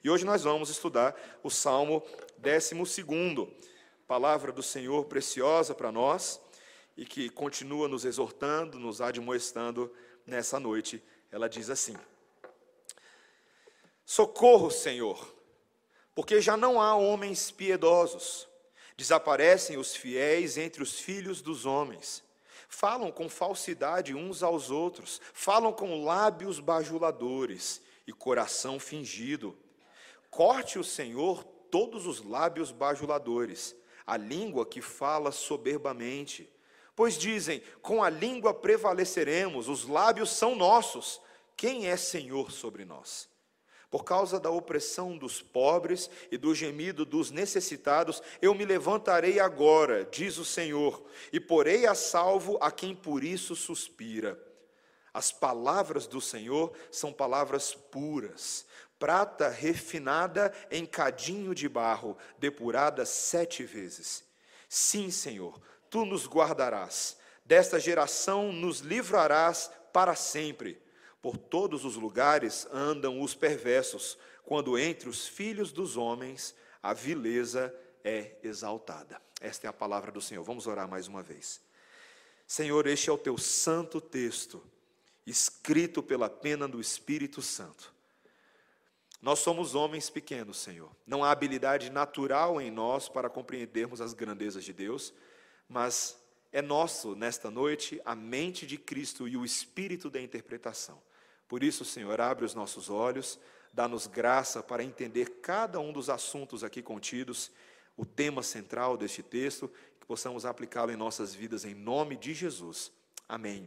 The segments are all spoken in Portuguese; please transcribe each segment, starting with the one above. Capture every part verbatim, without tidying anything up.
E hoje nós vamos estudar o Salmo décimo segundo, palavra do Senhor preciosa para nós e que continua nos exortando, nos admoestando nessa noite. Ela diz assim: socorro, Senhor, porque já não há homens piedosos. Desaparecem os fiéis entre os filhos dos homens. Falam com falsidade uns aos outros, falam com lábios bajuladores e coração fingido. Corte o Senhor todos os lábios bajuladores, a língua que fala soberbamente. Pois dizem, com a língua prevaleceremos, os lábios são nossos. Quem é Senhor sobre nós? Por causa da opressão dos pobres e do gemido dos necessitados, eu me levantarei agora, diz o Senhor, e porei a salvo a quem por isso suspira. As palavras do Senhor são palavras puras, prata refinada em cadinho de barro, depurada sete vezes. Sim, Senhor, tu nos guardarás, desta geração nos livrarás para sempre. Por todos os lugares andam os perversos, quando entre os filhos dos homens a vileza é exaltada. Esta é a palavra do Senhor. Vamos orar mais uma vez. Senhor, este é o teu santo texto, escrito pela pena do Espírito Santo. Nós somos homens pequenos, Senhor. Não há habilidade natural em nós para compreendermos as grandezas de Deus, mas é nosso, nesta noite, a mente de Cristo e o espírito da interpretação. Por isso, Senhor, abre os nossos olhos, dá-nos graça para entender cada um dos assuntos aqui contidos, o tema central deste texto, que possamos aplicá-lo em nossas vidas, em nome de Jesus. Amém.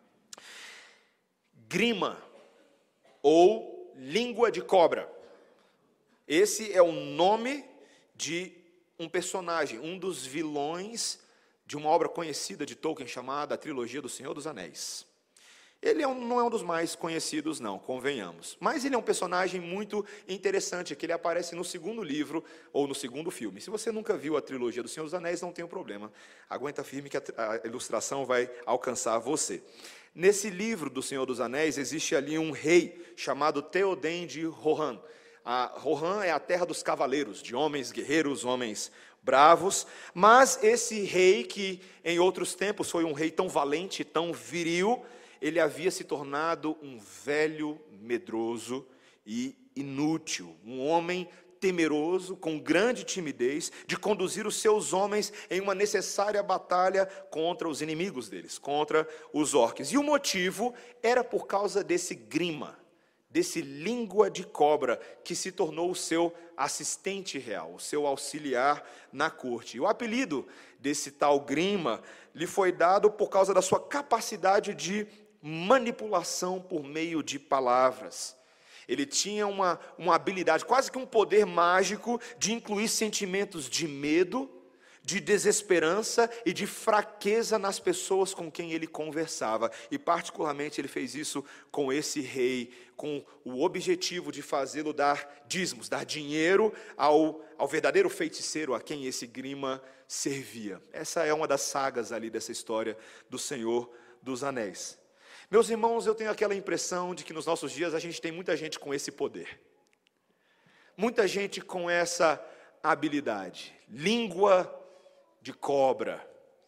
Grima, ou língua de cobra. Esse é o nome de um personagem, um dos vilões de uma obra conhecida de Tolkien chamada a trilogia do Senhor dos Anéis. Ele é um, não é um dos mais conhecidos, não, convenhamos. Mas ele é um personagem muito interessante, que ele aparece no segundo livro, ou no segundo filme. Se você nunca viu a trilogia do Senhor dos Anéis, não tem um problema. Aguenta firme que a, a ilustração vai alcançar você. Nesse livro do Senhor dos Anéis, existe ali um rei chamado Théoden de Rohan. A Rohan é a terra dos cavaleiros, de homens guerreiros, homens bravos. Mas esse rei, que em outros tempos foi um rei tão valente, tão viril, ele havia se tornado um velho medroso e inútil, um homem temeroso, com grande timidez, de conduzir os seus homens em uma necessária batalha contra os inimigos deles, contra os orques. E o motivo era por causa desse Grima, desse língua de cobra, que se tornou o seu assistente real, o seu auxiliar na corte. E o apelido desse tal Grima lhe foi dado por causa da sua capacidade de manipulação por meio de palavras. Ele tinha uma, uma habilidade, quase que um poder mágico, de incluir sentimentos de medo, de desesperança e de fraqueza nas pessoas com quem ele conversava. E particularmente ele fez isso com esse rei, com o objetivo de fazê-lo dar dízimos, dar dinheiro ao, ao verdadeiro feiticeiro a quem esse Grima servia. Essa é uma das sagas ali dessa história do Senhor dos Anéis. Meus irmãos, eu tenho aquela impressão de que nos nossos dias a gente tem muita gente com esse poder. Muita gente com essa habilidade. Língua de cobra.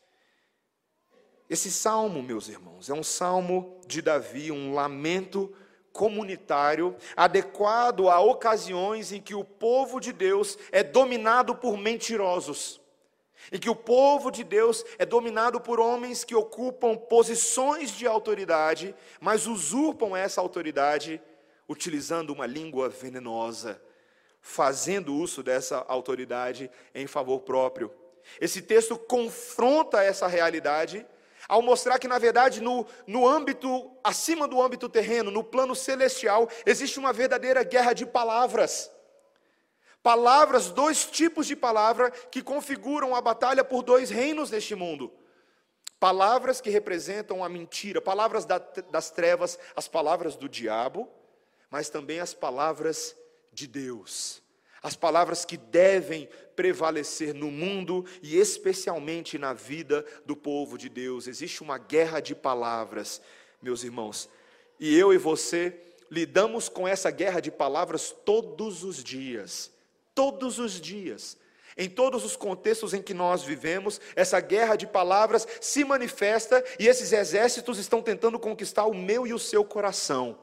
Esse salmo, meus irmãos, é um salmo de Davi, um lamento comunitário, adequado a ocasiões em que o povo de Deus é dominado por mentirosos. Em que o povo de Deus é dominado por homens que ocupam posições de autoridade, mas usurpam essa autoridade utilizando uma língua venenosa, fazendo uso dessa autoridade em favor próprio. Esse texto confronta essa realidade ao mostrar que, na verdade, no, no âmbito, acima do âmbito terreno, no plano celestial, existe uma verdadeira guerra de palavras. Palavras, dois tipos de palavra que configuram a batalha por dois reinos deste mundo. Palavras que representam a mentira, palavras da, das trevas, as palavras do diabo, mas também as palavras de Deus. As palavras que devem prevalecer no mundo e especialmente na vida do povo de Deus. Existe uma guerra de palavras, meus irmãos. E eu e você lidamos com essa guerra de palavras todos os dias. Todos os dias. Em todos os contextos em que nós vivemos, essa guerra de palavras se manifesta e esses exércitos estão tentando conquistar o meu e o seu coração.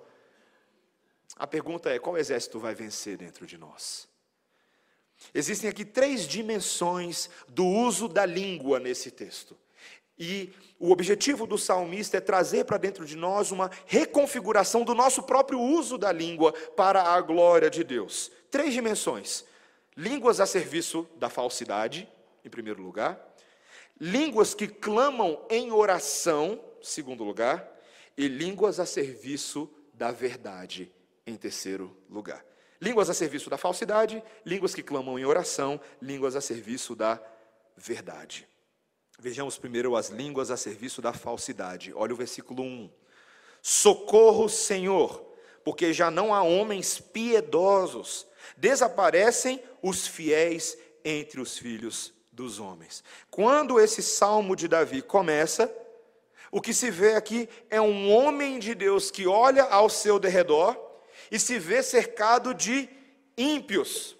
A pergunta é: qual exército vai vencer dentro de nós? Existem aqui três dimensões do uso da língua nesse texto. E o objetivo do salmista é trazer para dentro de nós uma reconfiguração do nosso próprio uso da língua para a glória de Deus. Três dimensões: línguas a serviço da falsidade, em primeiro lugar; línguas que clamam em oração, em segundo lugar; e línguas a serviço da verdade, em terceiro lugar. Línguas a serviço da falsidade, línguas que clamam em oração, línguas a serviço da verdade. Vejamos primeiro as línguas a serviço da falsidade. Olha o versículo um. Socorro, Senhor, porque já não há homens piedosos. Desaparecem os fiéis entre os filhos dos homens. Quando esse salmo de Davi começa, o que se vê aqui é um homem de Deus que olha ao seu derredor e se vê cercado de ímpios.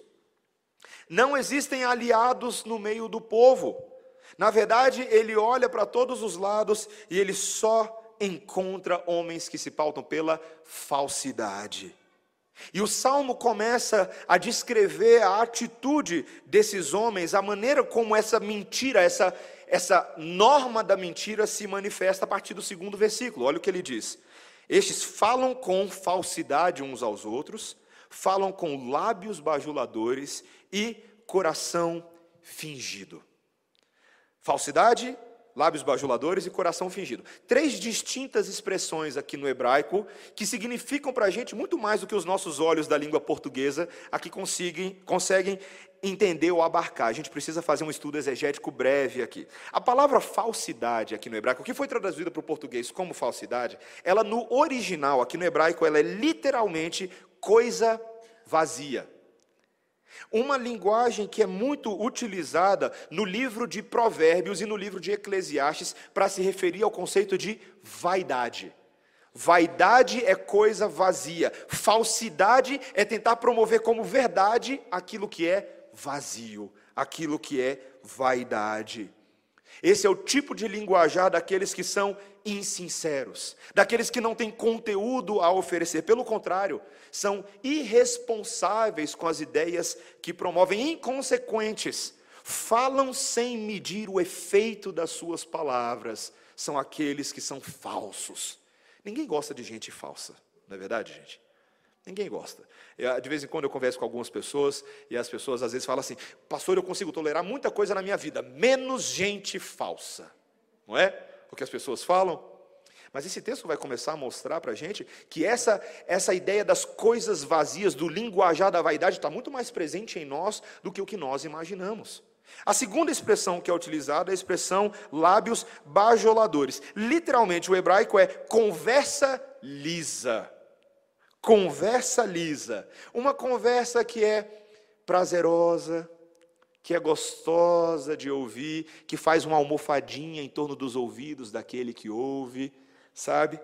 Não existem aliados no meio do povo. Na verdade, ele olha para todos os lados e ele só encontra homens que se pautam pela falsidade. E o salmo começa a descrever a atitude desses homens, a maneira como essa mentira, essa, essa norma da mentira se manifesta a partir do segundo versículo. Olha o que ele diz: estes falam com falsidade uns aos outros, falam com lábios bajuladores e coração fingido. Falsidade, lábios bajuladores e coração fingido. Três distintas expressões aqui no hebraico que significam para a gente muito mais do que os nossos olhos da língua portuguesa aqui conseguem, conseguem entender ou abarcar. A gente precisa fazer um estudo exegético breve aqui. A palavra falsidade aqui no hebraico, que foi traduzida para o português como falsidade, ela no original, aqui no hebraico, ela é literalmente coisa vazia. Uma linguagem que é muito utilizada no livro de Provérbios e no livro de Eclesiastes para se referir ao conceito de vaidade. Vaidade é coisa vazia. Falsidade é tentar promover como verdade aquilo que é vazio, aquilo que é vaidade. Esse é o tipo de linguajar daqueles que são insinceros, daqueles que não têm conteúdo a oferecer. Pelo contrário, são irresponsáveis com as ideias que promovem, inconsequentes, falam sem medir o efeito das suas palavras. São aqueles que são falsos. Ninguém gosta de gente falsa, não é verdade, gente? Ninguém gosta. Eu, de vez em quando eu converso com algumas pessoas e as pessoas às vezes falam assim: pastor, eu consigo tolerar muita coisa na minha vida, menos gente falsa. Não é o que as pessoas falam? Mas esse texto vai começar a mostrar para a gente que essa, essa ideia das coisas vazias, do linguajar da vaidade, está muito mais presente em nós do que o que nós imaginamos. A segunda expressão que é utilizada é a expressão lábios bajuladores. Literalmente o hebraico é conversa lisa. Conversa lisa, uma conversa que é prazerosa, que é gostosa de ouvir, que faz uma almofadinha em torno dos ouvidos daquele que ouve, sabe?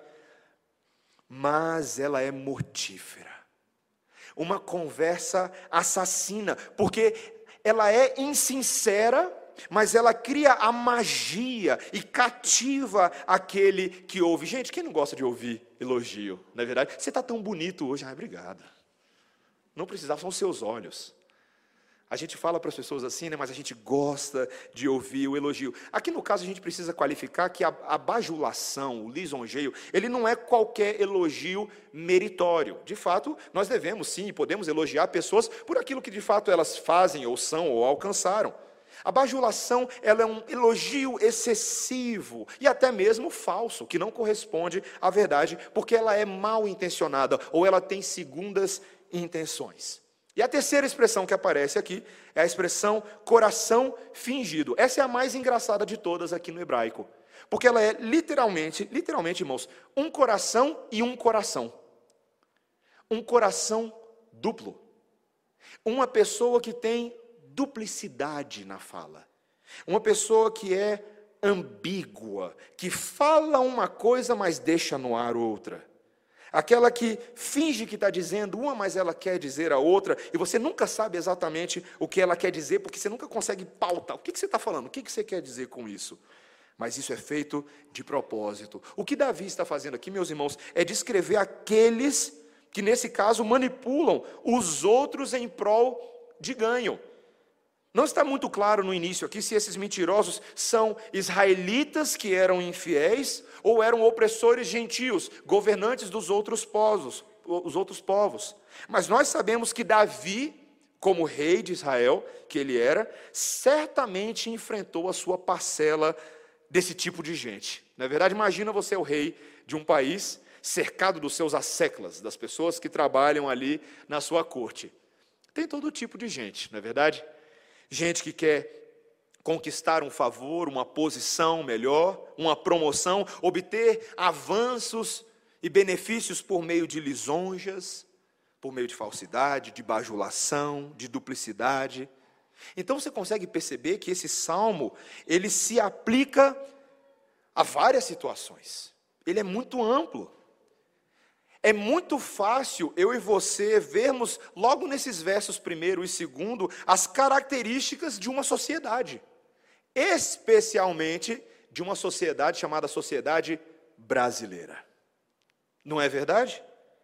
Mas ela é mortífera, uma conversa assassina, porque ela é insincera, mas ela cria a magia e cativa aquele que ouve. Gente, quem não gosta de ouvir elogio, não é verdade? Você está tão bonito hoje. Ah, obrigado. Não precisava, são os seus olhos. A gente fala para as pessoas assim, né, mas a gente gosta de ouvir o elogio. Aqui no caso a gente precisa qualificar que a, a bajulação, o lisonjeio, ele não é qualquer elogio meritório. De fato, nós devemos sim, podemos elogiar pessoas por aquilo que de fato elas fazem ou são ou alcançaram. A bajulação, ela é um elogio excessivo e até mesmo falso, que não corresponde à verdade, porque ela é mal intencionada ou ela tem segundas intenções. E a terceira expressão que aparece aqui é a expressão coração fingido. Essa é a mais engraçada de todas aqui no hebraico, porque ela é literalmente, literalmente, irmãos, um coração e um coração. Um coração duplo. Uma pessoa que tem duplicidade na fala. Uma pessoa que é ambígua, que fala uma coisa, mas deixa no ar outra. Aquela que finge que está dizendo uma, mas ela quer dizer a outra, e você nunca sabe exatamente o que ela quer dizer, porque você nunca consegue pautar. O que que você está falando? O que que você quer dizer com isso? Mas isso é feito de propósito. O que Davi está fazendo aqui, meus irmãos, é descrever aqueles que, nesse caso, manipulam os outros em prol de ganho. Não está muito claro no início aqui se esses mentirosos são israelitas que eram infiéis ou eram opressores gentios, governantes dos outros povos, os outros povos. Mas nós sabemos que Davi, como rei de Israel, que ele era, certamente enfrentou a sua parcela desse tipo de gente. Na verdade, imagina você o rei de um país cercado dos seus asseclas, das pessoas que trabalham ali na sua corte. Tem todo tipo de gente, não é verdade? Gente que quer conquistar um favor, uma posição melhor, uma promoção, obter avanços e benefícios por meio de lisonjas, por meio de falsidade, de bajulação, de duplicidade. Então você consegue perceber que esse salmo, ele se aplica a várias situações. Ele é muito amplo. É muito fácil eu e você vermos, logo nesses versos primeiro e segundo, as características de uma sociedade. Especialmente de uma sociedade chamada sociedade brasileira. Não é verdade?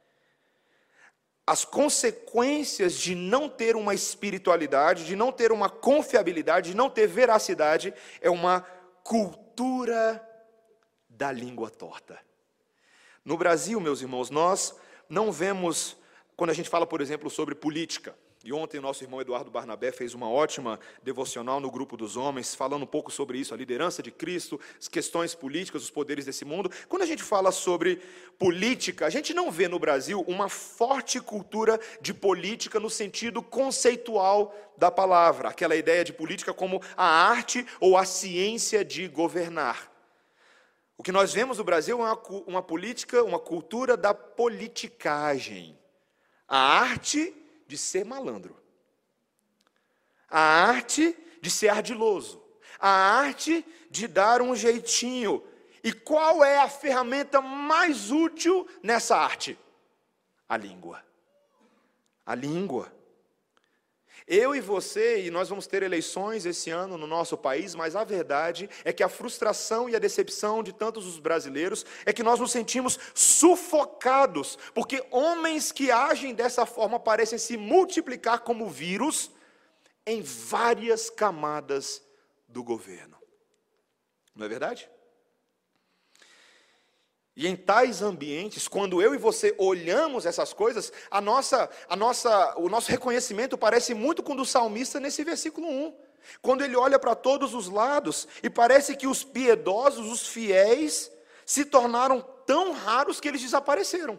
As consequências de não ter uma espiritualidade, de não ter uma confiabilidade, de não ter veracidade, é uma cultura da língua torta. No Brasil, meus irmãos, nós não vemos, quando a gente fala, por exemplo, sobre política, e ontem o nosso irmão Eduardo Barnabé fez uma ótima devocional no grupo dos homens, falando um pouco sobre isso, a liderança de Cristo, as questões políticas, os poderes desse mundo. Quando a gente fala sobre política, a gente não vê no Brasil uma forte cultura de política no sentido conceitual da palavra, aquela ideia de política como a arte ou a ciência de governar. O que nós vemos no Brasil é uma, uma política, uma cultura da politicagem. A arte de ser malandro. A arte de ser ardiloso. A arte de dar um jeitinho. E qual é a ferramenta mais útil nessa arte? A língua. A língua. Eu e você, e nós vamos ter eleições esse ano no nosso país, mas a verdade é que a frustração e a decepção de tantos os brasileiros é que nós nos sentimos sufocados, porque homens que agem dessa forma parecem se multiplicar como vírus em várias camadas do governo. Não é verdade? E em tais ambientes, quando eu e você olhamos essas coisas, a nossa, a nossa, o nosso reconhecimento parece muito com o do salmista nesse versículo um. Quando ele olha para todos os lados, e parece que os piedosos, os fiéis, se tornaram tão raros que eles desapareceram.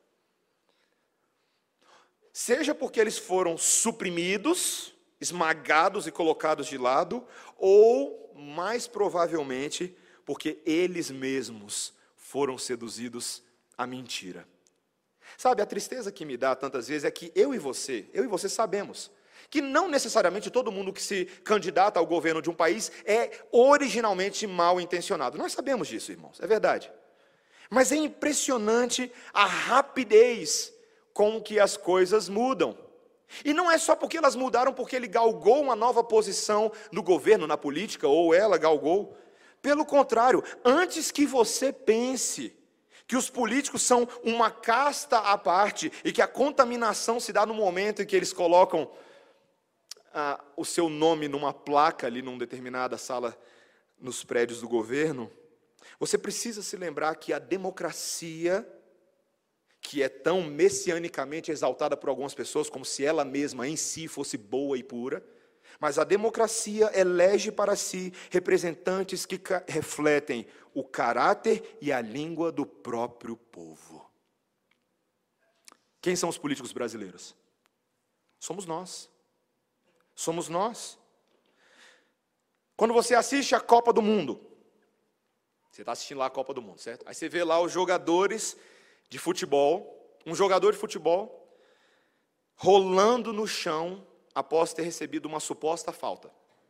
Seja porque eles foram suprimidos, esmagados e colocados de lado, ou, mais provavelmente, porque eles mesmos foram seduzidos à mentira. Sabe, a tristeza que me dá tantas vezes é que eu e você, eu e você sabemos que não necessariamente todo mundo que se candidata ao governo de um país é originalmente mal intencionado. Nós sabemos disso, irmãos, é verdade. Mas é impressionante a rapidez com que as coisas mudam. E não é só porque elas mudaram porque ele galgou uma nova posição no governo, na política, ou ela galgou. Pelo contrário, antes que você pense que os políticos são uma casta à parte e que a contaminação se dá no momento em que eles colocam ah, o seu nome numa placa ali numa determinada sala nos prédios do governo, você precisa se lembrar que a democracia, que é tão messianicamente exaltada por algumas pessoas, como se ela mesma em si fosse boa e pura, mas a democracia elege para si representantes que refletem o caráter e a língua do próprio povo. Quem são os políticos brasileiros? Somos nós. Somos nós. Quando você assiste a Copa do Mundo, você está assistindo lá a Copa do Mundo, certo? Aí você vê lá os jogadores de futebol, um jogador de futebol, rolando no chão, após ter recebido uma suposta falta.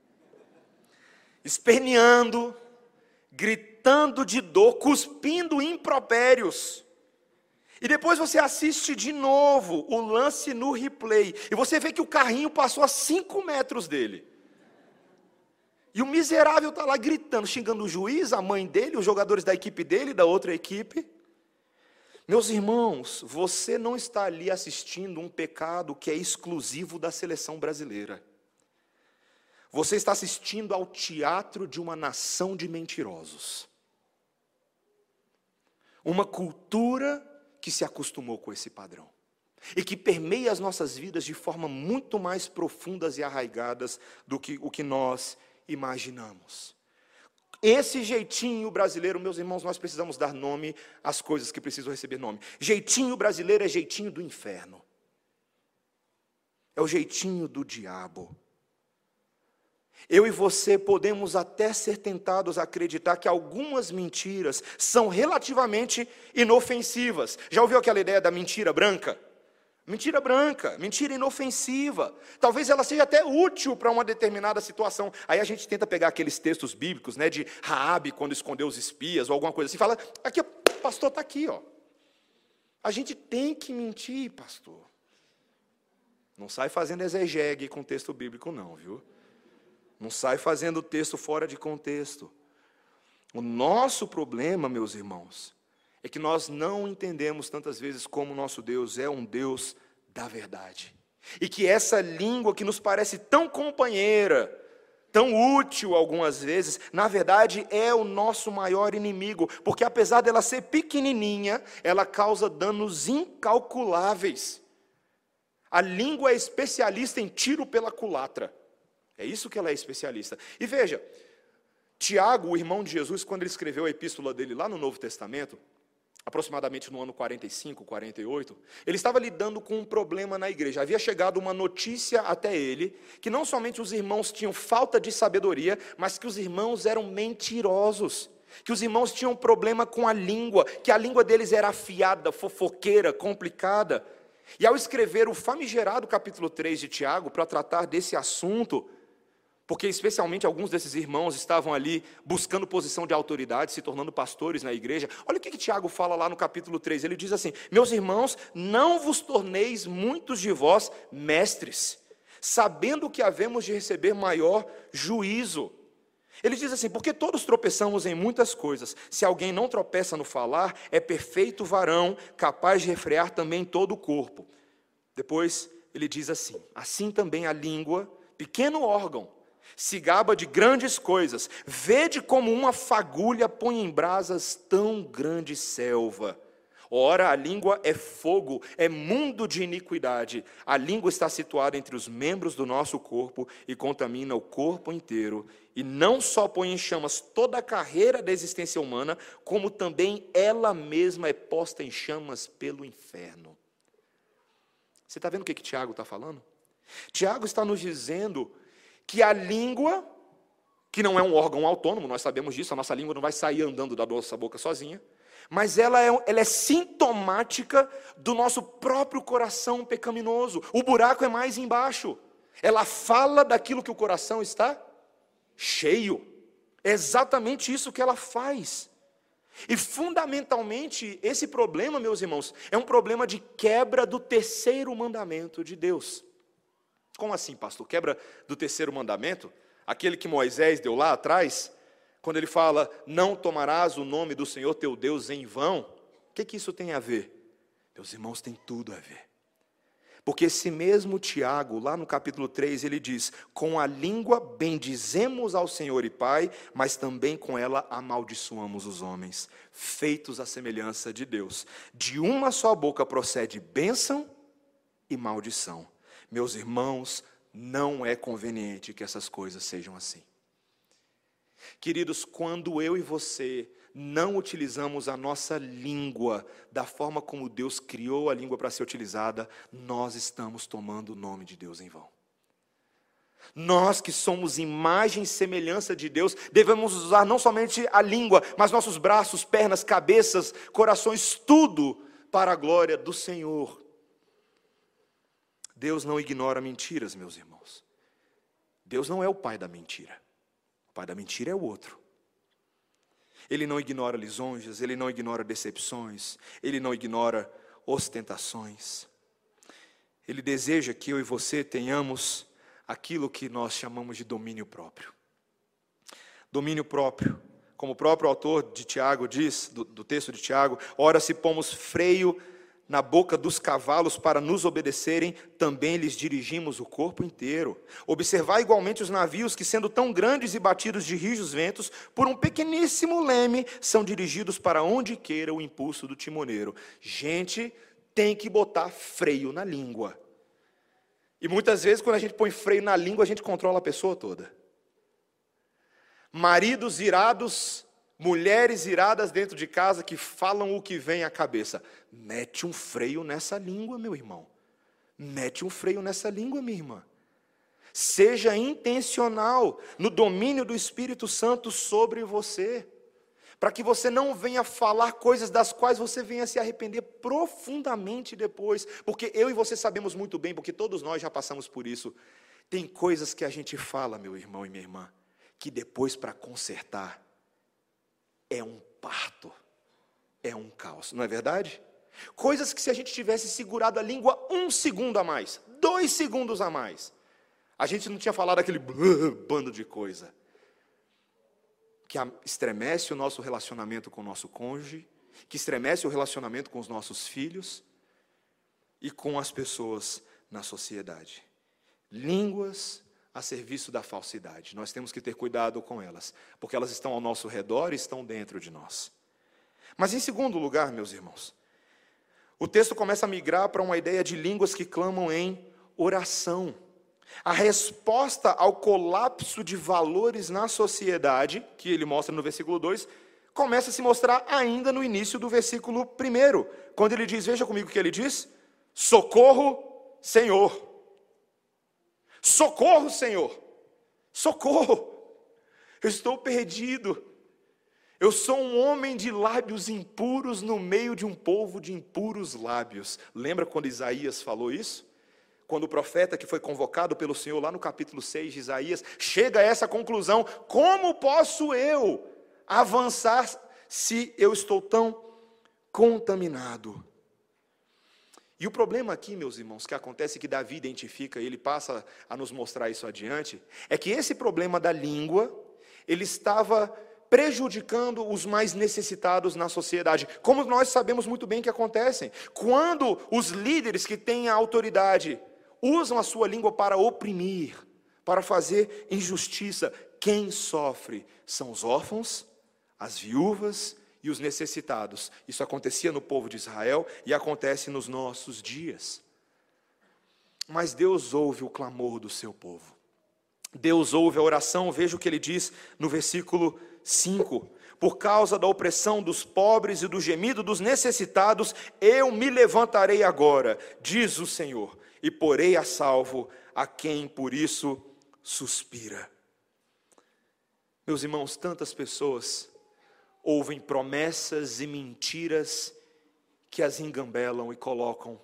Esperneando, gritando de dor, cuspindo impropérios. E depois você assiste de novo o lance no replay, e você vê que o carrinho passou a cinco metros dele. E o miserável está lá gritando, xingando o juiz, a mãe dele, os jogadores da equipe dele, da outra equipe. Meus irmãos, você não está ali assistindo um pecado que é exclusivo da seleção brasileira. Você está assistindo ao teatro de uma nação de mentirosos. Uma cultura que se acostumou com esse padrão. E que permeia as nossas vidas de forma muito mais profundas e arraigadas do que o que nós imaginamos. Esse jeitinho brasileiro, meus irmãos, nós precisamos dar nome às coisas que precisam receber nome. Jeitinho brasileiro é jeitinho do inferno. É o jeitinho do diabo. Eu e você podemos até ser tentados a acreditar que algumas mentiras são relativamente inofensivas. Já ouviu aquela ideia da mentira branca? Mentira branca, mentira inofensiva. Talvez ela seja até útil para uma determinada situação. Aí a gente tenta pegar aqueles textos bíblicos, né, de Raabe quando escondeu os espias, ou alguma coisa assim, fala, aqui, o pastor está aqui, ó. A gente tem que mentir, pastor. Não sai fazendo exegegue com texto bíblico não, viu? Não sai fazendo o texto fora de contexto. O nosso problema, meus irmãos, é que nós não entendemos tantas vezes como o nosso Deus é um Deus da verdade. E que essa língua que nos parece tão companheira, tão útil algumas vezes, na verdade é o nosso maior inimigo. Porque apesar dela ser pequenininha, ela causa danos incalculáveis. A língua é especialista em tiro pela culatra. É isso que ela é especialista. E veja, Tiago, o irmão de Jesus, quando ele escreveu a epístola dele lá no Novo Testamento, aproximadamente no ano quarenta e cinco, quarenta e oito, ele estava lidando com um problema na igreja. Havia chegado uma notícia até ele, que não somente os irmãos tinham falta de sabedoria, mas que os irmãos eram mentirosos, que os irmãos tinham problema com a língua, que a língua deles era afiada, fofoqueira, complicada. E ao escrever o famigerado capítulo três de Tiago, para tratar desse assunto, porque especialmente alguns desses irmãos estavam ali buscando posição de autoridade, se tornando pastores na igreja. Olha o que, que Tiago fala lá no capítulo três, ele diz assim, meus irmãos, não vos torneis muitos de vós mestres, sabendo que havemos de receber maior juízo. Ele diz assim, porque todos tropeçamos em muitas coisas, se alguém não tropeça no falar, é perfeito varão, capaz de refrear também todo o corpo. Depois ele diz assim, assim também a língua, pequeno órgão, se gaba de grandes coisas, vede como uma fagulha põe em brasas tão grande selva. Ora, a língua é fogo, é mundo de iniquidade. A língua está situada entre os membros do nosso corpo e contamina o corpo inteiro. E não só põe em chamas toda a carreira da existência humana, como também ela mesma é posta em chamas pelo inferno. Você está vendo o que, que Tiago está falando? Tiago está nos dizendo que a língua, que não é um órgão autônomo, nós sabemos disso, a nossa língua não vai sair andando da nossa boca sozinha, mas ela é, ela é sintomática do nosso próprio coração pecaminoso. O buraco é mais embaixo. Ela fala daquilo que o coração está cheio. É exatamente isso que ela faz. E fundamentalmente, esse problema, meus irmãos, é um problema de quebra do terceiro mandamento de Deus. Como assim, pastor? Quebra do terceiro mandamento? Aquele que Moisés deu lá atrás? Quando ele fala, não tomarás o nome do Senhor teu Deus em vão, o que, que isso tem a ver? Meus irmãos, tem tudo a ver. Porque esse mesmo Tiago, lá no capítulo três, ele diz, com a língua bendizemos ao Senhor e Pai, mas também com ela amaldiçoamos os homens, feitos à semelhança de Deus. De uma só boca procede bênção e maldição. Meus irmãos, não é conveniente que essas coisas sejam assim. Queridos, quando eu e você não utilizamos a nossa língua da forma como Deus criou a língua para ser utilizada, nós estamos tomando o nome de Deus em vão. Nós que somos imagem e semelhança de Deus, devemos usar não somente a língua, mas nossos braços, pernas, cabeças, corações, tudo para a glória do Senhor. Deus não ignora mentiras, meus irmãos. Deus não é o pai da mentira. O pai da mentira é o outro. Ele não ignora lisonjas, ele não ignora decepções, ele não ignora ostentações. Ele deseja que eu e você tenhamos aquilo que nós chamamos de domínio próprio. Domínio próprio, como o próprio autor de Tiago diz, do, do texto de Tiago, ora se pomos freio na boca dos cavalos para nos obedecerem, também lhes dirigimos o corpo inteiro. Observai igualmente os navios que, sendo tão grandes e batidos de rijos ventos, por um pequeníssimo leme, são dirigidos para onde queira o impulso do timoneiro. Gente, tem que botar freio na língua. E muitas vezes, quando a gente põe freio na língua, a gente controla a pessoa toda. Maridos irados, mulheres iradas dentro de casa que falam o que vem à cabeça. Mete um freio nessa língua, meu irmão. Mete um freio nessa língua, minha irmã. Seja intencional no domínio do Espírito Santo sobre você, para que você não venha falar coisas das quais você venha se arrepender profundamente depois, porque eu e você sabemos muito bem, porque todos nós já passamos por isso. Tem coisas que a gente fala, meu irmão e minha irmã, que depois para consertar é um parto, é um caos, não é verdade? Coisas que se a gente tivesse segurado a língua um segundo a mais, dois segundos a mais, a gente não tinha falado aquele bando de coisa que estremece o nosso relacionamento com o nosso cônjuge, que estremece o relacionamento com os nossos filhos e com as pessoas na sociedade. Línguas a serviço da falsidade. Nós temos que ter cuidado com elas, porque elas estão ao nosso redor e estão dentro de nós. Mas em segundo lugar, meus irmãos, o texto começa a migrar para uma ideia de línguas que clamam em oração. A resposta ao colapso de valores na sociedade, que ele mostra no versículo dois, começa a se mostrar ainda no início do versículo um, quando ele diz, veja comigo o que ele diz, socorro, Senhor. Socorro, Senhor, socorro, eu estou perdido, eu sou um homem de lábios impuros no meio de um povo de impuros lábios. Lembra quando Isaías falou isso? Quando o profeta que foi convocado pelo Senhor lá no capítulo seis de Isaías, chega a essa conclusão, como posso eu avançar se eu estou tão contaminado? E o problema aqui, meus irmãos, que acontece que Davi identifica, e ele passa a nos mostrar isso adiante, é que esse problema da língua, ele estava prejudicando os mais necessitados na sociedade. Como nós sabemos muito bem que acontecem. Quando os líderes que têm a autoridade usam a sua língua para oprimir, para fazer injustiça, quem sofre são os órfãos, as viúvas e os necessitados. Isso acontecia no povo de Israel e acontece nos nossos dias. Mas Deus ouve o clamor do seu povo. Deus ouve a oração, veja o que ele diz no versículo cinco. Por causa da opressão dos pobres e do gemido dos necessitados, eu me levantarei agora, diz o Senhor, e porei a salvo a quem por isso suspira. Meus irmãos, tantas pessoas ouvem promessas e mentiras que as engambelam e colocam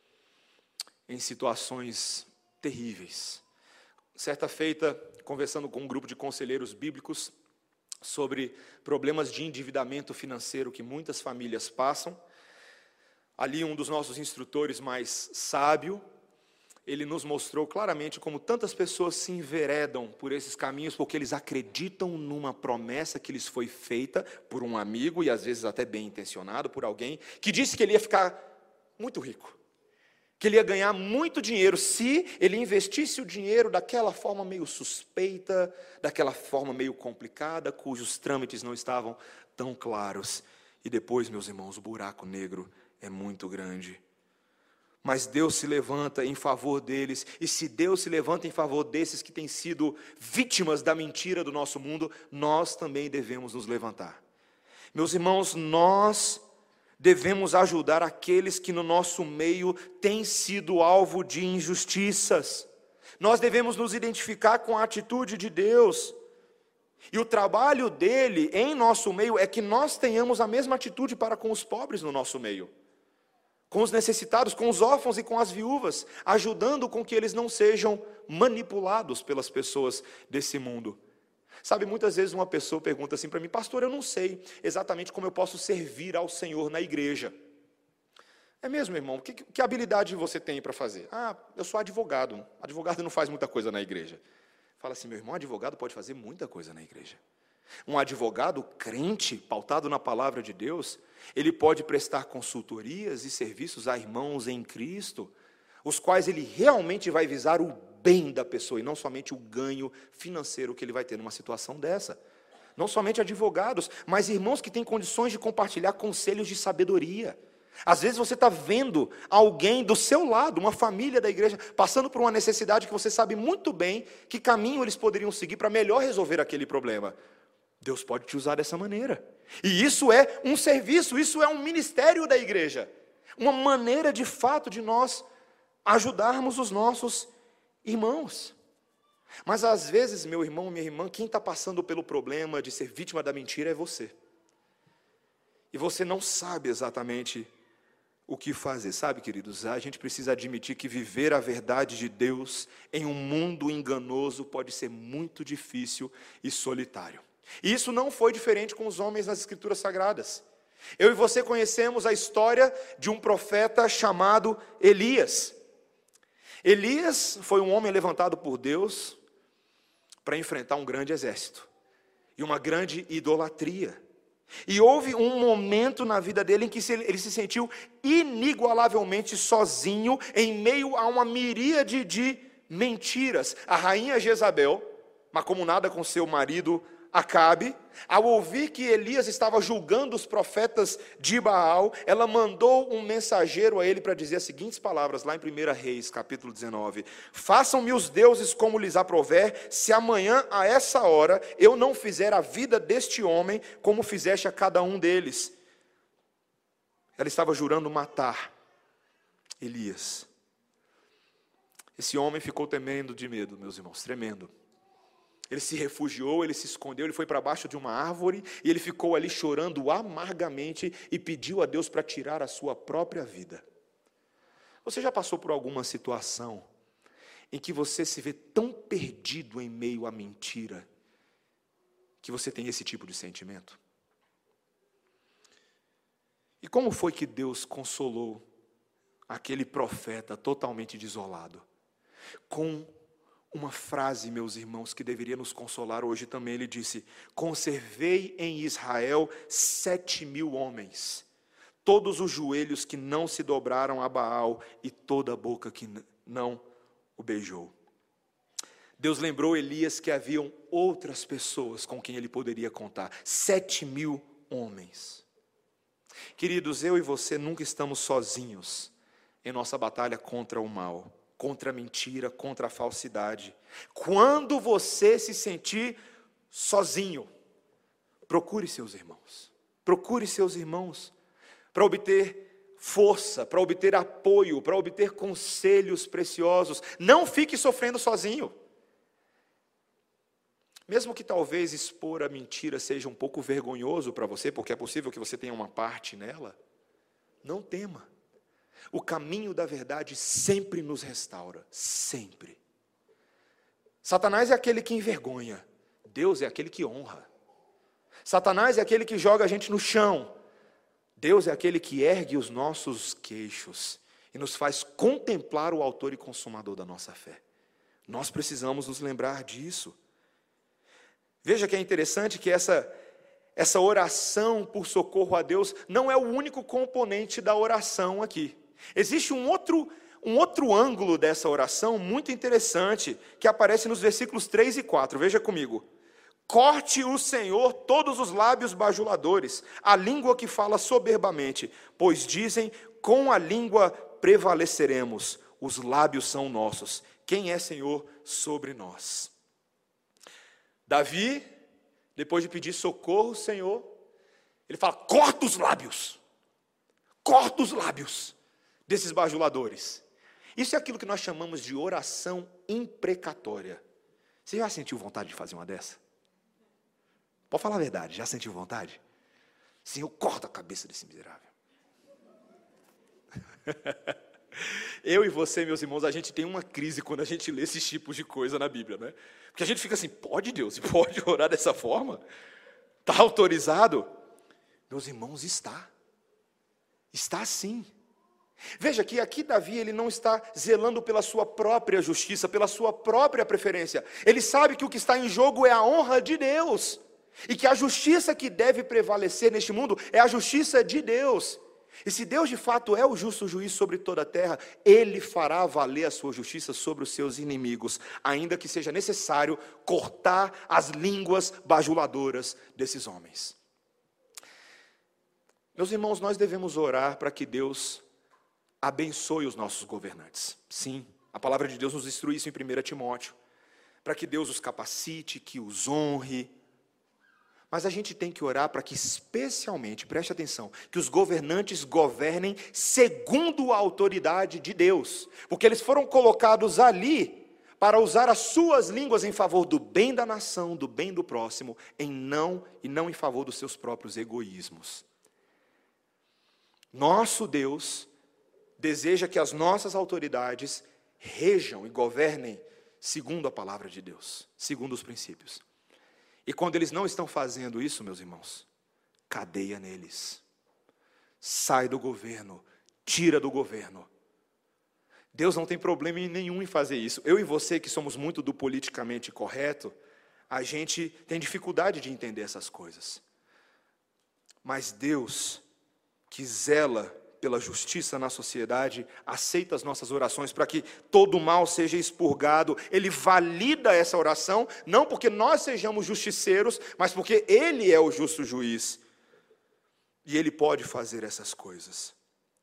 em situações terríveis. Certa feita, conversando com um grupo de conselheiros bíblicos sobre problemas de endividamento financeiro que muitas famílias passam, ali um dos nossos instrutores mais sábio, ele nos mostrou claramente como tantas pessoas se enveredam por esses caminhos porque eles acreditam numa promessa que lhes foi feita por um amigo e às vezes até bem intencionado por alguém, que disse que ele ia ficar muito rico, que ele ia ganhar muito dinheiro se ele investisse o dinheiro daquela forma meio suspeita, daquela forma meio complicada, cujos trâmites não estavam tão claros. E depois, meus irmãos, o buraco negro é muito grande. Mas Deus se levanta em favor deles, e se Deus se levanta em favor desses que têm sido vítimas da mentira do nosso mundo, nós também devemos nos levantar. Meus irmãos, nós devemos ajudar aqueles que no nosso meio têm sido alvo de injustiças. Nós devemos nos identificar com a atitude de Deus. E o trabalho dele em nosso meio é que nós tenhamos a mesma atitude para com os pobres no nosso meio, com os necessitados, com os órfãos e com as viúvas, ajudando com que eles não sejam manipulados pelas pessoas desse mundo. Sabe, muitas vezes uma pessoa pergunta assim para mim, pastor, eu não sei exatamente como eu posso servir ao Senhor na igreja. É mesmo, irmão? Que, que habilidade você tem para fazer? Ah, eu sou advogado. Advogado não faz muita coisa na igreja. Fala assim, meu irmão, advogado pode fazer muita coisa na igreja. Um advogado crente, pautado na palavra de Deus, ele pode prestar consultorias e serviços a irmãos em Cristo, os quais ele realmente vai visar o bem da pessoa e não somente o ganho financeiro que ele vai ter numa situação dessa. Não somente advogados, mas irmãos que têm condições de compartilhar conselhos de sabedoria. Às vezes você está vendo alguém do seu lado, uma família da igreja, passando por uma necessidade que você sabe muito bem que caminho eles poderiam seguir para melhor resolver aquele problema. Deus pode te usar dessa maneira. E isso é um serviço, isso é um ministério da igreja. Uma maneira de fato de nós ajudarmos os nossos irmãos. Mas às vezes, meu irmão, minha irmã, quem está passando pelo problema de ser vítima da mentira é você. E você não sabe exatamente o que fazer. Sabe, queridos, a gente precisa admitir que viver a verdade de Deus em um mundo enganoso pode ser muito difícil e solitário. E isso não foi diferente com os homens nas Escrituras Sagradas. Eu e você conhecemos a história de um profeta chamado Elias. Elias foi um homem levantado por Deus para enfrentar um grande exército e uma grande idolatria. E houve um momento na vida dele em que ele se sentiu inigualavelmente sozinho em meio a uma miríade de mentiras. A rainha Jezabel, mancomunada com seu marido Acabe, ao ouvir que Elias estava julgando os profetas de Baal, ela mandou um mensageiro a ele para dizer as seguintes palavras, lá em primeira Reis, capítulo dezenove. Façam-me os deuses como lhes aprouver, se amanhã a essa hora eu não fizer a vida deste homem como fizeste a cada um deles. Ela estava jurando matar Elias. Esse homem ficou temendo de medo, meus irmãos, tremendo. Ele se refugiou, ele se escondeu, ele foi para baixo de uma árvore e ele ficou ali chorando amargamente e pediu a Deus para tirar a sua própria vida. Você já passou por alguma situação em que você se vê tão perdido em meio à mentira que você tem esse tipo de sentimento? E como foi que Deus consolou aquele profeta totalmente desolado? Com uma frase, meus irmãos, que deveria nos consolar hoje também. Ele disse: conservei em Israel sete mil homens, todos os joelhos que não se dobraram a Baal e toda a boca que não o beijou. Deus lembrou Elias que haviam outras pessoas com quem ele poderia contar. Sete mil homens. Queridos, eu e você nunca estamos sozinhos em nossa batalha contra o mal, contra a mentira, contra a falsidade. Quando você se sentir sozinho, procure seus irmãos. Procure seus irmãos para obter força, para obter apoio, para obter conselhos preciosos. Não fique sofrendo sozinho. Mesmo que talvez expor a mentira seja um pouco vergonhoso para você, porque é possível que você tenha uma parte nela, não tema. O caminho da verdade sempre nos restaura, sempre. Satanás é aquele que envergonha, Deus é aquele que honra. Satanás é aquele que joga a gente no chão, Deus é aquele que ergue os nossos queixos e nos faz contemplar o autor e consumador da nossa fé. Nós precisamos nos lembrar disso. Veja que é interessante que essa, essa oração por socorro a Deus não é o único componente da oração aqui. Existe um outro, um outro ângulo dessa oração muito interessante, que aparece nos versículos três e quatro. Veja comigo. Corte o Senhor todos os lábios bajuladores, a língua que fala soberbamente, pois dizem, com a língua prevaleceremos, os lábios são nossos. Quem é Senhor sobre nós? Davi, depois de pedir socorro ao Senhor, ele fala, corta os lábios, corta os lábios desses bajuladores. Isso é aquilo que nós chamamos de oração imprecatória. Você já sentiu vontade de fazer uma dessa? Pode falar a verdade, já sentiu vontade? Senhor, corta a cabeça desse miserável. Eu e você, meus irmãos, a gente tem uma crise quando a gente lê esses tipos de coisa na Bíblia, né? Porque a gente fica assim, pode Deus, pode orar dessa forma? Está autorizado? Meus irmãos, está. Está sim. Veja que aqui Davi ele não está zelando pela sua própria justiça, pela sua própria preferência. Ele sabe que o que está em jogo é a honra de Deus. E que a justiça que deve prevalecer neste mundo é a justiça de Deus. E se Deus de fato é o justo juiz sobre toda a terra, Ele fará valer a sua justiça sobre os seus inimigos, ainda que seja necessário cortar as línguas bajuladoras desses homens. Meus irmãos, nós devemos orar para que Deus abençoe os nossos governantes. Sim, a palavra de Deus nos instrui isso em primeiro Timóteo, para que Deus os capacite, que os honre. Mas a gente tem que orar para que, especialmente, preste atenção, que os governantes governem segundo a autoridade de Deus, porque eles foram colocados ali para usar as suas línguas em favor do bem da nação, do bem do próximo, em não e não em favor dos seus próprios egoísmos. Nosso Deus deseja que as nossas autoridades rejam e governem segundo a palavra de Deus, segundo os princípios. E quando eles não estão fazendo isso, meus irmãos, cadeia neles. Sai do governo, tira do governo. Deus não tem problema nenhum em fazer isso. Eu e você, que somos muito do politicamente correto, a gente tem dificuldade de entender essas coisas. Mas Deus, que zela pela justiça na sociedade, aceita as nossas orações para que todo o mal seja expurgado. Ele valida essa oração, não porque nós sejamos justiceiros, mas porque Ele é o justo juiz. E Ele pode fazer essas coisas.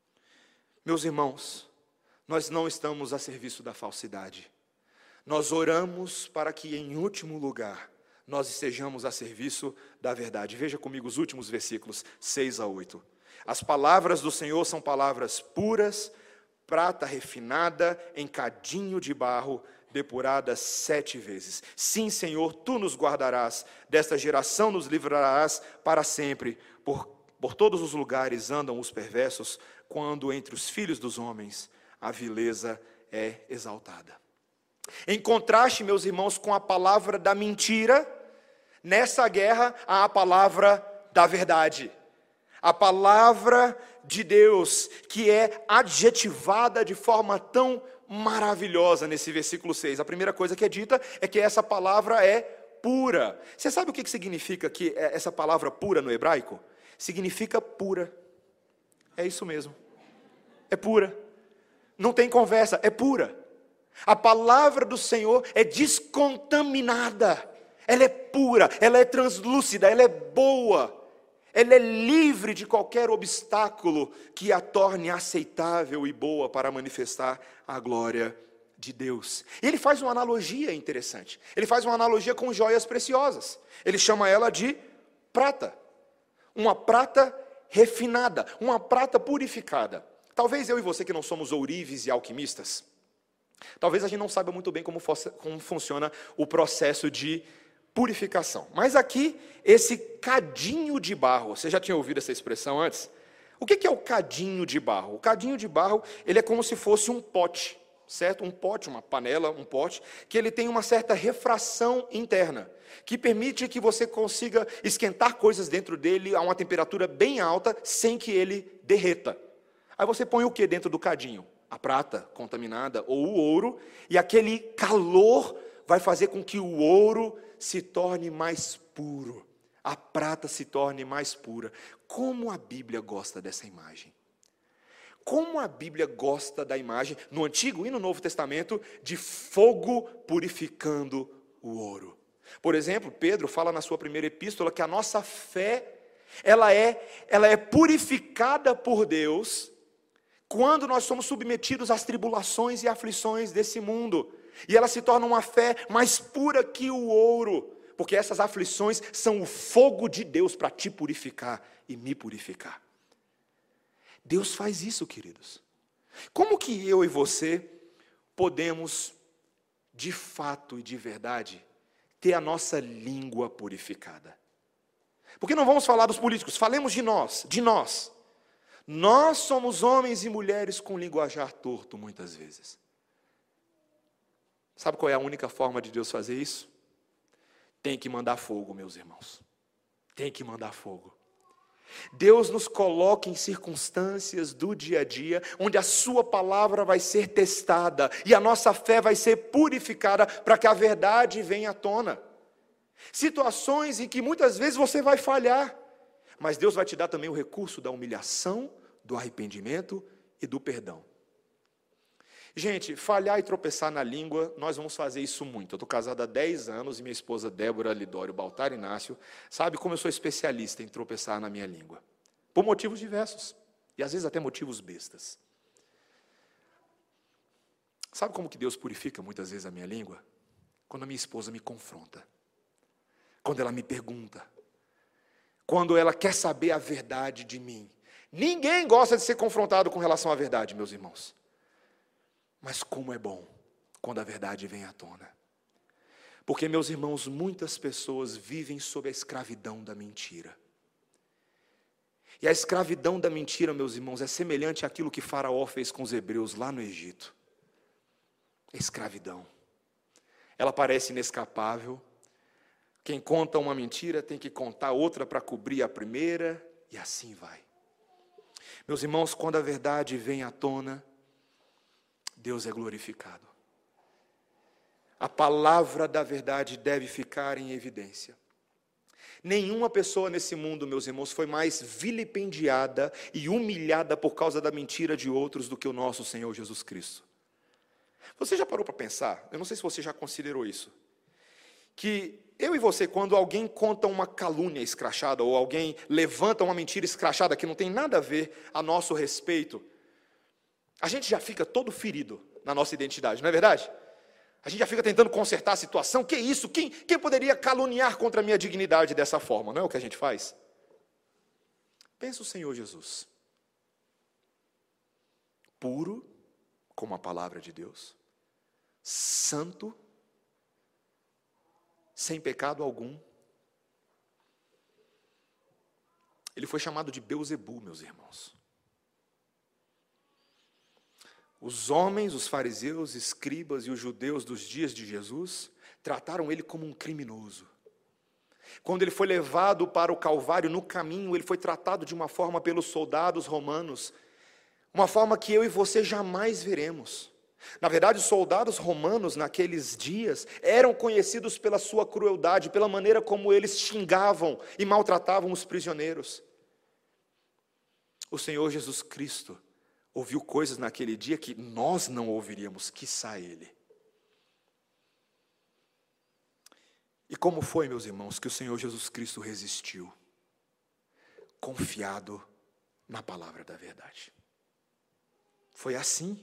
Meus irmãos, nós não estamos a serviço da falsidade. Nós oramos para que, em último lugar, nós estejamos a serviço da verdade. Veja comigo os últimos versículos, seis a oito. As palavras do Senhor são palavras puras, prata refinada em cadinho de barro, depurada sete vezes. Sim, Senhor, Tu nos guardarás, desta geração nos livrarás para sempre. Por, por todos os lugares andam os perversos, quando entre os filhos dos homens a vileza é exaltada. Em contraste, meus irmãos, com a palavra da mentira, nessa guerra há a palavra da verdade. A palavra de Deus, que é adjetivada de forma tão maravilhosa nesse versículo seis. A primeira coisa que é dita é que essa palavra é pura. Você sabe o que significa que essa palavra pura no hebraico? Significa pura. É isso mesmo. É pura. Não tem conversa, é pura. A palavra do Senhor é descontaminada. Ela é pura, ela é translúcida, ela é boa. Ela é livre de qualquer obstáculo que a torne aceitável e boa para manifestar a glória de Deus. E ele faz uma analogia interessante. Ele faz uma analogia com joias preciosas. Ele chama ela de prata. Uma prata refinada, uma prata purificada. Talvez eu e você que não somos ourives e alquimistas, talvez a gente não saiba muito bem como, como funciona o processo de purificação. Mas aqui, esse cadinho de barro, você já tinha ouvido essa expressão antes? O que é o cadinho de barro? O cadinho de barro, ele é como se fosse um pote, certo? Um pote, uma panela, um pote, que ele tem uma certa refração interna, que permite que você consiga esquentar coisas dentro dele a uma temperatura bem alta, sem que ele derreta. Aí você põe o que dentro do cadinho? A prata contaminada ou o ouro, e aquele calor vai fazer com que o ouro se torne mais puro, a prata se torne mais pura. Como a Bíblia gosta dessa imagem? Como a Bíblia gosta da imagem, no Antigo e no Novo Testamento, de fogo purificando o ouro. Por exemplo, Pedro fala na sua primeira epístola que a nossa fé, ela é, ela é purificada por Deus quando nós somos submetidos às tribulações e aflições desse mundo. E ela se torna uma fé mais pura que o ouro, porque essas aflições são o fogo de Deus para te purificar e me purificar. Deus faz isso, queridos. Como que eu e você podemos, de fato e de verdade, ter a nossa língua purificada? Porque não vamos falar dos políticos, falemos de nós, de nós. Nós somos homens e mulheres com linguajar torto, muitas vezes. Sabe qual é a única forma de Deus fazer isso? Tem que mandar fogo, meus irmãos. Tem que mandar fogo. Deus nos coloca em circunstâncias do dia a dia, onde a sua palavra vai ser testada, e a nossa fé vai ser purificada, para que a verdade venha à tona. Situações em que muitas vezes você vai falhar, mas Deus vai te dar também o recurso da humilhação, do arrependimento e do perdão. Gente, falhar e tropeçar na língua, nós vamos fazer isso muito. Eu estou casado há dez anos e minha esposa Débora Lidório Baltar Inácio sabe como eu sou especialista em tropeçar na minha língua. Por motivos diversos. E às vezes até motivos bestas. Sabe como que Deus purifica muitas vezes a minha língua? Quando a minha esposa me confronta. Quando ela me pergunta. Quando ela quer saber a verdade de mim. Ninguém gosta de ser confrontado com relação à verdade, meus irmãos. Mas como é bom quando a verdade vem à tona. Porque, meus irmãos, muitas pessoas vivem sob a escravidão da mentira. E a escravidão da mentira, meus irmãos, é semelhante àquilo que Faraó fez com os hebreus lá no Egito. Escravidão. Ela parece inescapável. Quem conta uma mentira tem que contar outra para cobrir a primeira, e assim vai. Meus irmãos, quando a verdade vem à tona, Deus é glorificado. A palavra da verdade deve ficar em evidência. Nenhuma pessoa nesse mundo, meus irmãos, foi mais vilipendiada e humilhada por causa da mentira de outros do que o nosso Senhor Jesus Cristo. Você já parou para pensar? Eu não sei se você já considerou isso. Que eu e você, quando alguém conta uma calúnia escrachada, ou alguém levanta uma mentira escrachada que não tem nada a ver a nosso respeito, a gente já fica todo ferido na nossa identidade, não é verdade? A gente já fica tentando consertar a situação. Que isso? Quem, quem poderia caluniar contra a minha dignidade dessa forma? Não é o que a gente faz? Pensa o Senhor Jesus. Puro, como a palavra de Deus. Santo, sem pecado algum. Ele foi chamado de Beuzebu, meus irmãos. Os homens, os fariseus, escribas e os judeus dos dias de Jesus trataram ele como um criminoso. Quando ele foi levado para o Calvário, no caminho, ele foi tratado de uma forma pelos soldados romanos, uma forma que eu e você jamais veremos. Na verdade, os soldados romanos naqueles dias eram conhecidos pela sua crueldade, pela maneira como eles xingavam e maltratavam os prisioneiros. O Senhor Jesus Cristo ouviu coisas naquele dia que nós não ouviríamos, quiçá Ele. E como foi, meus irmãos, que o Senhor Jesus Cristo resistiu? Confiado na palavra da verdade. Foi assim.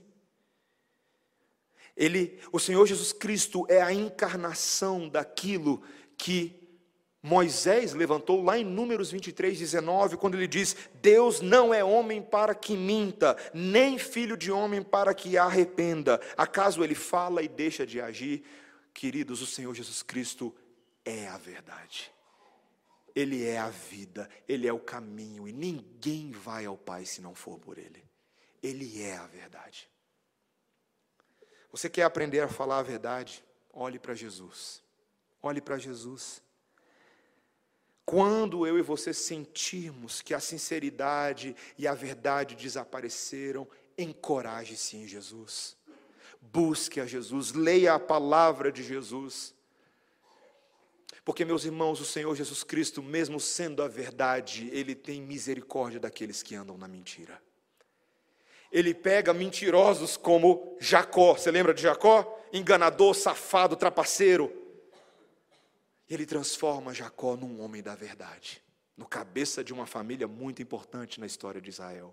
Ele, o Senhor Jesus Cristo é a encarnação daquilo que Moisés levantou lá em Números vinte e três, dezenove, quando ele diz: Deus não é homem para que minta, nem filho de homem para que arrependa. Acaso ele fala e deixa de agir? Queridos, o Senhor Jesus Cristo é a verdade. Ele é a vida, Ele é o caminho, e ninguém vai ao Pai se não for por Ele. Ele é a verdade. Você quer aprender a falar a verdade? Olhe para Jesus. Olhe para Jesus. Quando eu e você sentirmos que a sinceridade e a verdade desapareceram, encoraje-se em Jesus. Busque a Jesus, leia a palavra de Jesus. Porque, meus irmãos, o Senhor Jesus Cristo, mesmo sendo a verdade, Ele tem misericórdia daqueles que andam na mentira. Ele pega mentirosos como Jacó. Você lembra de Jacó? Enganador, safado, trapaceiro. Ele transforma Jacó num homem da verdade, no cabeça de uma família muito importante na história de Israel.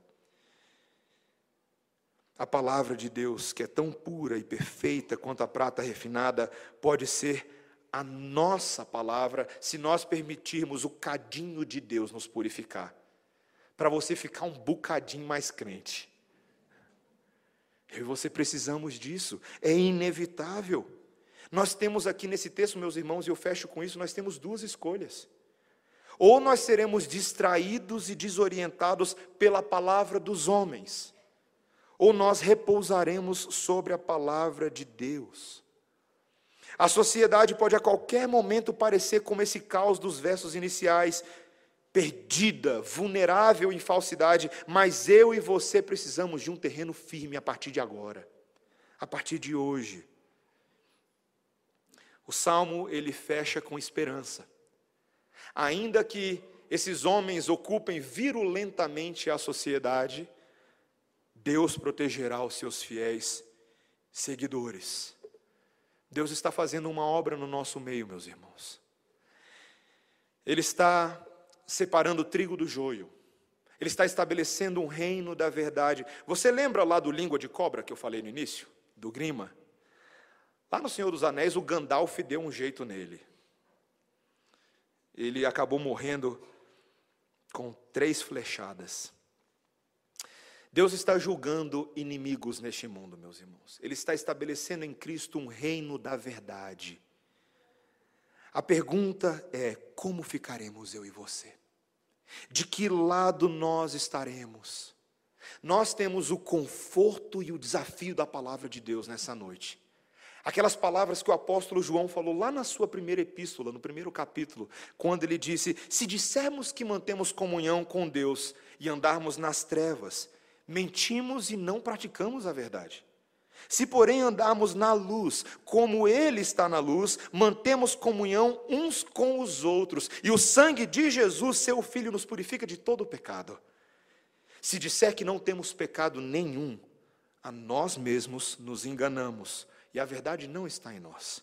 A palavra de Deus, que é tão pura e perfeita quanto a prata refinada, pode ser a nossa palavra, se nós permitirmos o cadinho de Deus nos purificar, para você ficar um bocadinho mais crente. Eu e você precisamos disso, é inevitável. Nós temos aqui nesse texto, meus irmãos, e eu fecho com isso, nós temos duas escolhas. Ou nós seremos distraídos e desorientados pela palavra dos homens, ou nós repousaremos sobre a palavra de Deus. A sociedade pode a qualquer momento parecer como esse caos dos versos iniciais, perdida, vulnerável em falsidade, mas eu e você precisamos de um terreno firme a partir de agora, a partir de hoje. O Salmo, ele fecha com esperança. Ainda que esses homens ocupem virulentamente a sociedade, Deus protegerá os seus fiéis seguidores. Deus está fazendo uma obra no nosso meio, meus irmãos. Ele está separando o trigo do joio. Ele está estabelecendo um reino da verdade. Você lembra lá do língua de cobra que eu falei no início? Do Grima? Lá no Senhor dos Anéis, o Gandalf deu um jeito nele. Ele acabou morrendo com três flechadas. Deus está julgando inimigos neste mundo, meus irmãos. Ele está estabelecendo em Cristo um reino da verdade. A pergunta é: como ficaremos eu e você? De que lado nós estaremos? Nós temos o conforto e o desafio da palavra de Deus nessa noite. Aquelas palavras que o apóstolo João falou lá na sua primeira epístola, no primeiro capítulo, quando ele disse: se dissermos que mantemos comunhão com Deus e andarmos nas trevas, mentimos e não praticamos a verdade. Se, porém, andarmos na luz, como Ele está na luz, mantemos comunhão uns com os outros, e o sangue de Jesus, seu Filho, nos purifica de todo o pecado. Se disser que não temos pecado nenhum, a nós mesmos nos enganamos, e a verdade não está em nós.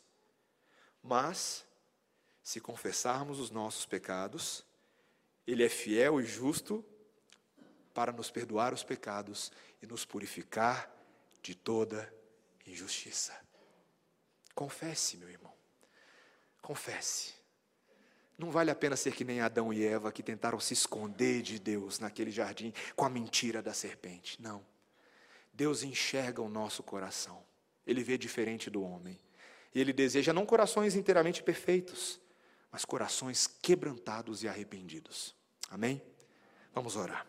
Mas, se confessarmos os nossos pecados, Ele é fiel e justo para nos perdoar os pecados e nos purificar de toda injustiça. Confesse, meu irmão. Confesse. Não vale a pena ser que nem Adão e Eva, que tentaram se esconder de Deus naquele jardim com a mentira da serpente. Não. Deus enxerga o nosso coração. Ele vê diferente do homem. E Ele deseja não corações inteiramente perfeitos, mas corações quebrantados e arrependidos. Amém? Vamos orar.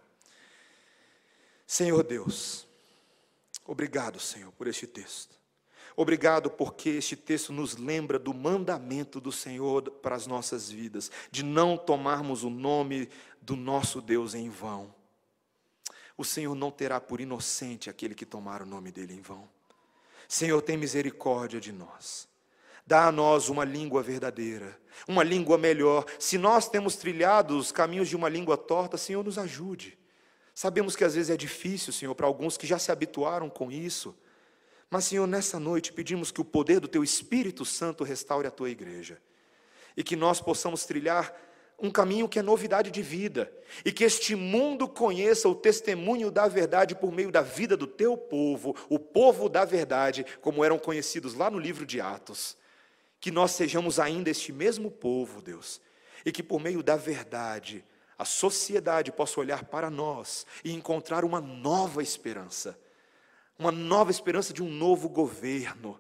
Senhor Deus, obrigado, Senhor, por este texto. Obrigado porque este texto nos lembra do mandamento do Senhor para as nossas vidas, de não tomarmos o nome do nosso Deus em vão. O Senhor não terá por inocente aquele que tomar o nome dele em vão. Senhor, tem misericórdia de nós. Dá a nós uma língua verdadeira, uma língua melhor. Se nós temos trilhado os caminhos de uma língua torta, Senhor, nos ajude. Sabemos que às vezes é difícil, Senhor, para alguns que já se habituaram com isso. Mas, Senhor, nessa noite pedimos que o poder do Teu Espírito Santo restaure a Tua igreja. E que nós possamos trilhar um caminho que é novidade de vida. E que este mundo conheça o testemunho da verdade por meio da vida do Teu povo, o povo da verdade, como eram conhecidos lá no livro de Atos. Que nós sejamos ainda este mesmo povo, Deus. E que por meio da verdade a sociedade possa olhar para nós e encontrar uma nova esperança, uma nova esperança de um novo governo,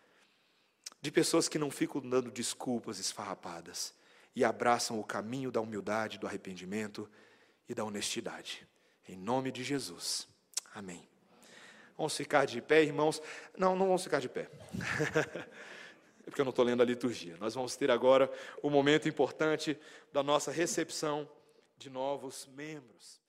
de pessoas que não ficam dando desculpas esfarrapadas e abraçam o caminho da humildade, do arrependimento e da honestidade. Em nome de Jesus. Amém. Vamos ficar de pé, irmãos? Não, não vamos ficar de pé. É porque eu não estou lendo a liturgia. Nós vamos ter agora o momento importante da nossa recepção de novos membros.